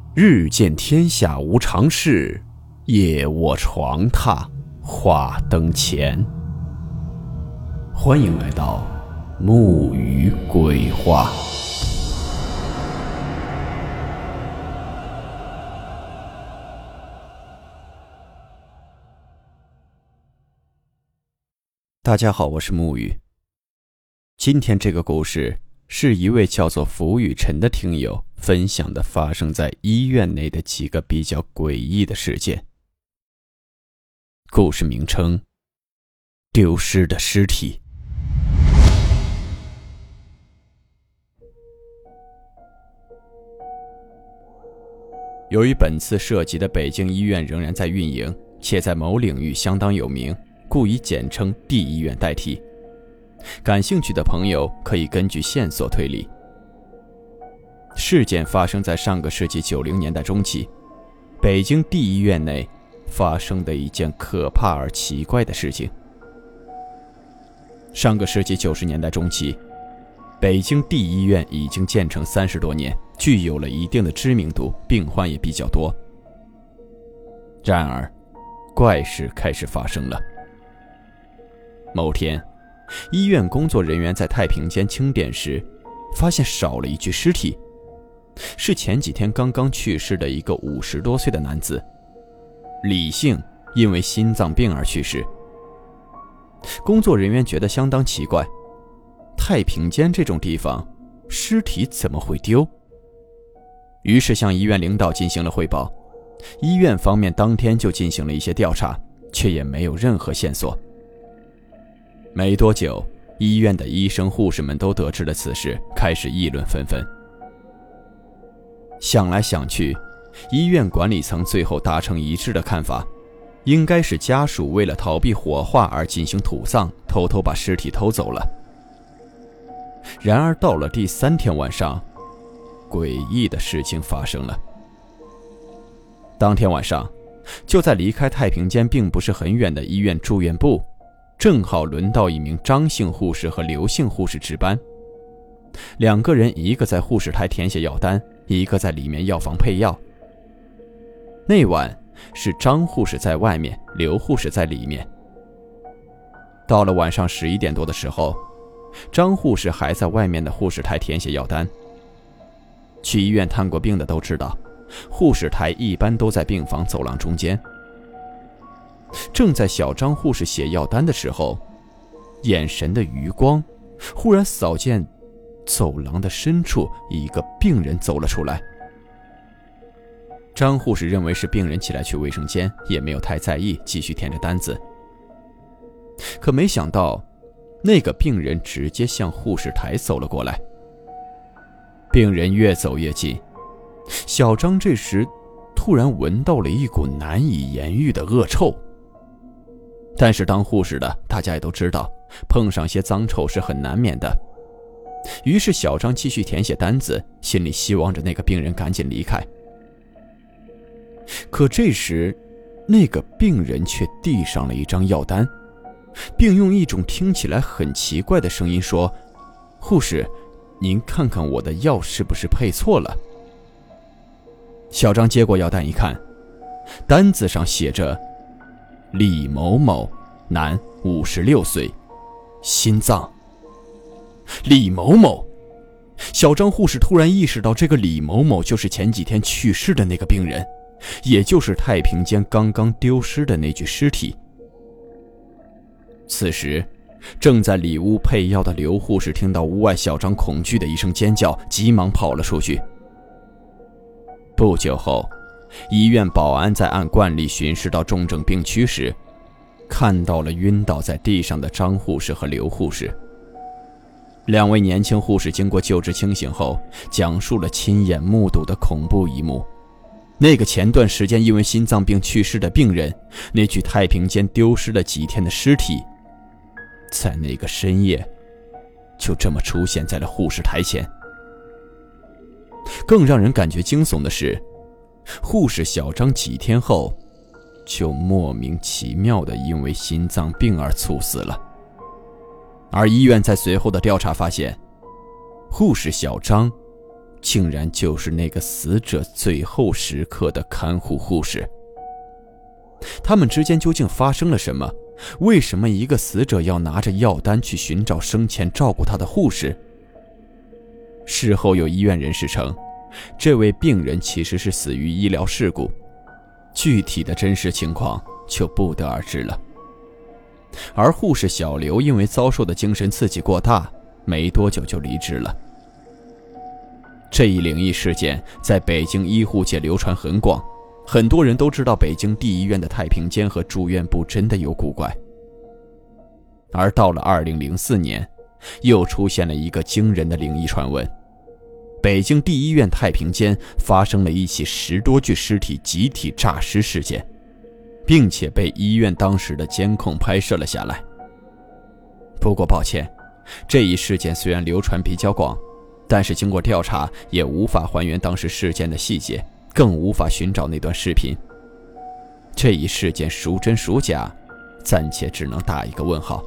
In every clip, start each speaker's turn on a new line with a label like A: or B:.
A: 日见天下无常事，夜卧床榻话灯前。欢迎来到木鱼鬼话。大家好，我是木鱼。今天这个故事是一位叫做福雨辰的听友分享的发生在医院内的几个比较诡异的事件。故事名称：丢失的尸体。由于本次涉及的北京医院仍然在运营，且在某领域相当有名，故以简称 D 医院代替。感兴趣的朋友可以根据线索推理。事件发生在上个世纪90年代中期，北京 D 医院内发生的一件可怕而奇怪的事情。上个世纪90年代中期，北京 D 医院已经建成30多年，具有了一定的知名度，病患也比较多。然而，怪事开始发生了。某天，医院工作人员在太平间清点时，发现少了一具尸体，是前几天刚刚去世的一个50多岁的男子，李姓，因为心脏病而去世。工作人员觉得相当奇怪，太平间这种地方，尸体怎么会丢？于是向医院领导进行了汇报，医院方面当天就进行了一些调查，却也没有任何线索。没多久，医院的医生护士们都得知了此事，开始议论纷纷。想来想去，医院管理层最后达成一致的看法，应该是家属为了逃避火化而进行土葬，偷偷把尸体偷走了。然而到了第3天晚上，诡异的事情发生了。当天晚上，就在离开太平间并不是很远的医院住院部，正好轮到一名张姓护士和刘姓护士值班。2个人，一个在护士台填写药单，一个在里面药房配药。那晚是张护士在外面，刘护士在里面。到了晚上11点多的时候，张护士还在外面的护士台填写药单。去医院探过病的都知道，护士台一般都在病房走廊中间。正在小张护士写药单的时候，眼神的余光忽然扫见走廊的深处一个病人走了出来。张护士认为是病人起来去卫生间，也没有太在意，继续填着单子。可没想到，那个病人直接向护士台走了过来。病人越走越近，小张这时突然闻到了一股难以言喻的恶臭。但是当护士的，大家也都知道，碰上些脏臭是很难免的。于是小张继续填写单子，心里希望着那个病人赶紧离开。可这时，那个病人却递上了一张药单，并用一种听起来很奇怪的声音说：“护士，您看看我的药是不是配错了？”小张接过药单一看，单子上写着李某某，男，56岁，心脏。李某某，小张护士突然意识到，这个李某某就是前几天去世的那个病人，也就是太平间刚刚丢失的那具尸体。此时，正在里屋配药的刘护士听到屋外小张恐惧的一声尖叫，急忙跑了出去。不久后，医院保安在按惯例巡视到重症病区时，看到了晕倒在地上的张护士和刘护士。2位年轻护士经过救治清醒后，讲述了亲眼目睹的恐怖一幕。那个前段时间因为心脏病去世的病人，那具太平间丢失了几天的尸体，在那个深夜就这么出现在了护士台前。更让人感觉惊悚的是，护士小张几天后就莫名其妙地因为心脏病而猝死了。而医院在随后的调查发现，护士小张竟然就是那个死者最后时刻的看护护士。他们之间究竟发生了什么？为什么一个死者要拿着药单去寻找生前照顾他的护士？事后有医院人士称，这位病人其实是死于医疗事故，具体的真实情况就不得而知了。而护士小刘因为遭受的精神刺激过大，没多久就离职了。这一灵异事件在北京医护界流传很广，很多人都知道北京第一医院的太平间和住院部真的有古怪。而到了2004年，又出现了一个惊人的灵异传闻，北京第一医院太平间发生了一起10多具尸体集体诈尸事件，并且被医院当时的监控拍摄了下来。不过抱歉，这一事件虽然流传比较广，但是经过调查也无法还原当时事件的细节，更无法寻找那段视频。这一事件孰真孰假，暂且只能打一个问号。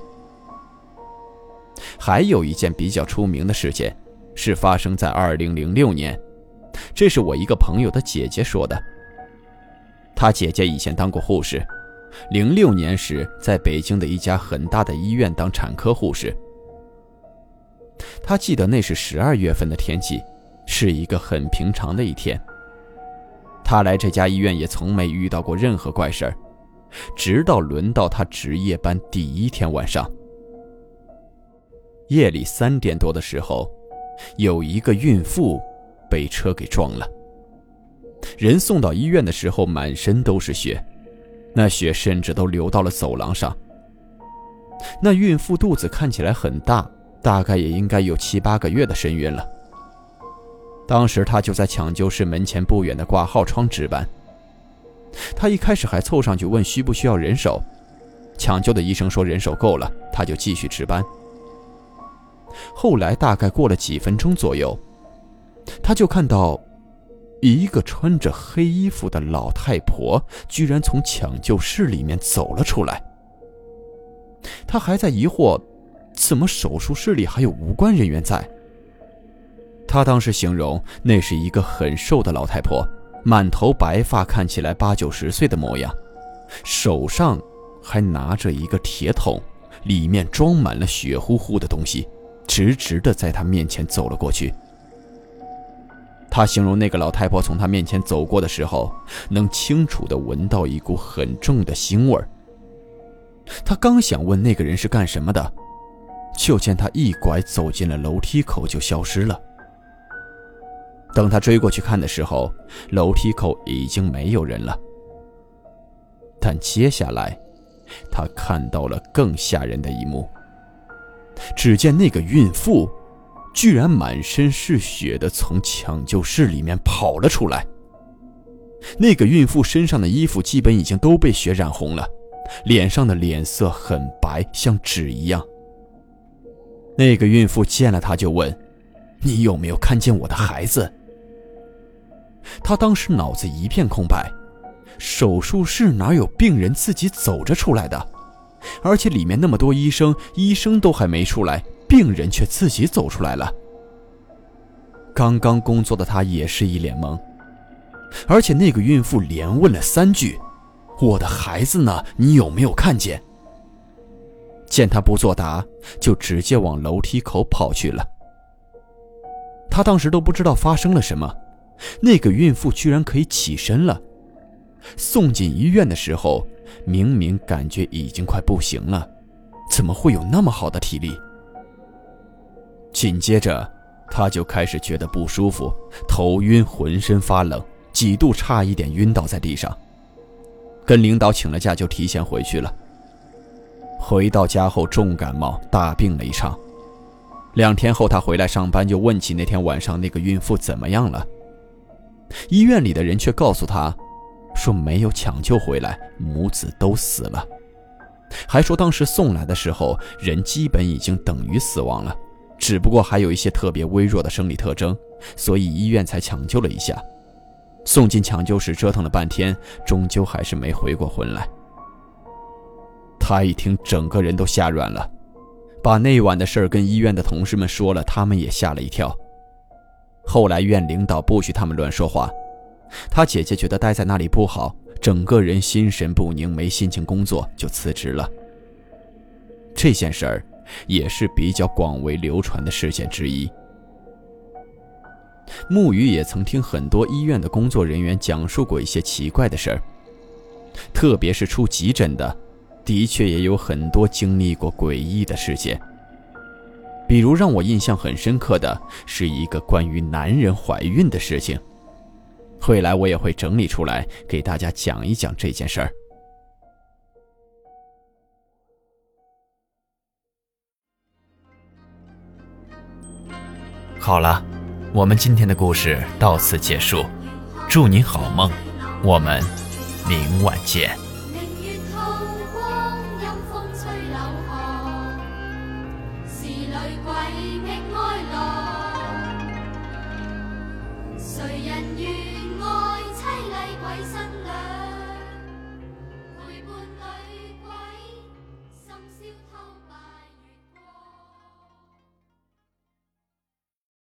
A: 还有一件比较出名的事件是发生在2006年，这是我一个朋友的姐姐说的。她姐姐以前当过护士，06年时在北京的一家很大的医院当产科护士。她记得那是12月份的天气，是一个很平常的一天。她来这家医院也从没遇到过任何怪事儿，直到轮到她值夜班第一天晚上。夜里3点多的时候，有一个孕妇被车给撞了。人送到医院的时候满身都是血，那血甚至都流到了走廊上。那孕妇肚子看起来很大，大概也应该有7、8个月的身孕了。当时她就在抢救室门前不远的挂号窗值班。她一开始还凑上去问需不需要人手，抢救的医生说人手够了，她就继续值班。后来大概过了几分钟左右，他就看到一个穿着黑衣服的老太婆居然从抢救室里面走了出来。他还在疑惑，怎么手术室里还有无关人员在？他当时形容那是一个很瘦的老太婆，满头白发，看起来80、90岁的模样，手上还拿着一个铁桶，里面装满了血乎乎的东西，直直地在他面前走了过去。他形容那个老太婆从他面前走过的时候，能清楚地闻到一股很重的腥味儿。他刚想问那个人是干什么的，就见他一拐走进了楼梯口就消失了。等他追过去看的时候，楼梯口已经没有人了。但接下来他看到了更吓人的一幕，只见那个孕妇居然满身是血地从抢救室里面跑了出来。那个孕妇身上的衣服基本已经都被血染红了，脸上的脸色很白，像纸一样。那个孕妇见了她就问：“你有没有看见我的孩子？”她当时脑子一片空白，手术室哪有病人自己走着出来的？而且里面那么多医生，医生都还没出来，病人却自己走出来了。刚刚工作的他也是一脸懵，而且那个孕妇连问了3句：“我的孩子呢？你有没有看见？”见他不作答，就直接往楼梯口跑去了。他当时都不知道发生了什么，那个孕妇居然可以起身了。送进医院的时候，明明感觉已经快不行了，怎么会有那么好的体力？紧接着他就开始觉得不舒服，头晕，浑身发冷，几度差一点晕倒在地上。跟领导请了假就提前回去了。回到家后重感冒，大病了一场。2天后他回来上班，就问起那天晚上那个孕妇怎么样了。医院里的人却告诉他说没有抢救回来，母子都死了，还说当时送来的时候人基本已经等于死亡了，只不过还有一些特别微弱的生理特征，所以医院才抢救了一下。送进抢救室折腾了半天，终究还是没回过魂来。他一听整个人都吓软了，把那晚的事儿跟医院的同事们说了，他们也吓了一跳。 后来院领导不许他们乱说话，他姐姐觉得待在那里不好，整个人心神不宁，没心情工作，就辞职了。这件事儿也是比较广为流传的事件之一。木鱼也曾听很多医院的工作人员讲述过一些奇怪的事儿，特别是出急诊的确也有很多经历过诡异的事件。比如让我印象很深刻的是一个关于男人怀孕的事情，未来我也会整理出来给大家讲一讲这件事儿。
B: 好了，我们今天的故事到此结束，祝您好梦，我们明晚见。
C: 谁人愿爱凄厉鬼身？